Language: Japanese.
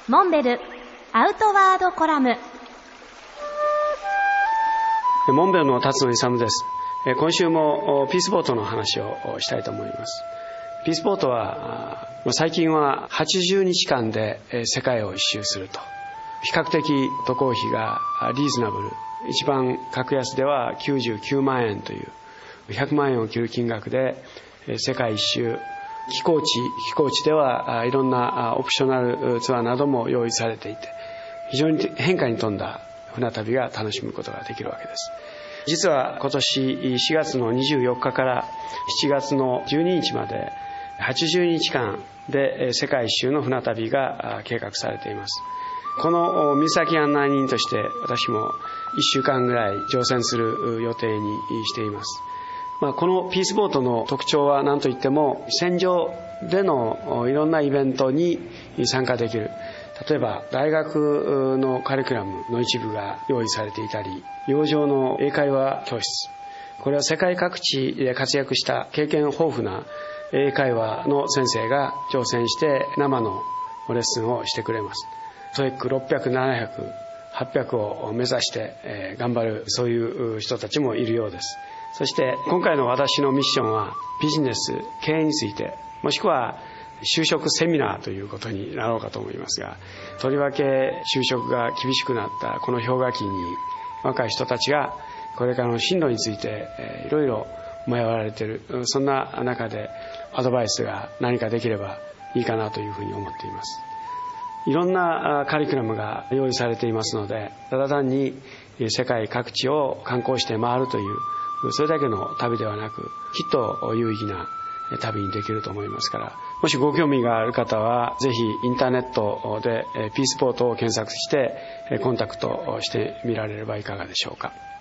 モンベルアウトワードコラム。 モンベルの辰野勇です。今週もピースボートの話をしたいと思います。ピースボートは最近は80日間で世界を一周すると。比較的渡航費がリーズナブル、一番格安では99万円という100万円を切る金額で世界一周、寄港地ではいろんなオプショナルツアーなども用意されていて、非常に変化に富んだ船旅が楽しむことができるわけです。実は今年4月の24日から7月の12日まで80日間で世界一周の船旅が計画されています。この岬案内人として私も1週間ぐらい乗船する予定にしています。このピースボートの特徴は何といっても船上でのいろんなイベントに参加できる。例えば大学のカリキュラムの一部が用意されていたり、洋上の英会話教室、これは世界各地で活躍した経験豊富な英会話の先生が挑戦して生のレッスンをしてくれます。TOEIC600、700、800を目指して頑張る、そういう人たちもいるようです。そして今回の私のミッションはビジネス、経営について、もしくは就職セミナーということになろうかと思いますが、とりわけ就職が厳しくなったこの氷河期に若い人たちがこれからの進路についていろいろ迷われている、そんな中でアドバイスが何かできればいいかなというふうに思っています。いろんなカリキュラムが用意されていますので、ただ単に世界各地を観光して回るというそれだけの旅ではなく、きっと有意義な旅にできると思いますから、もしご興味がある方はぜひインターネットでピースボートを検索してコンタクトしてみられればいかがでしょうか。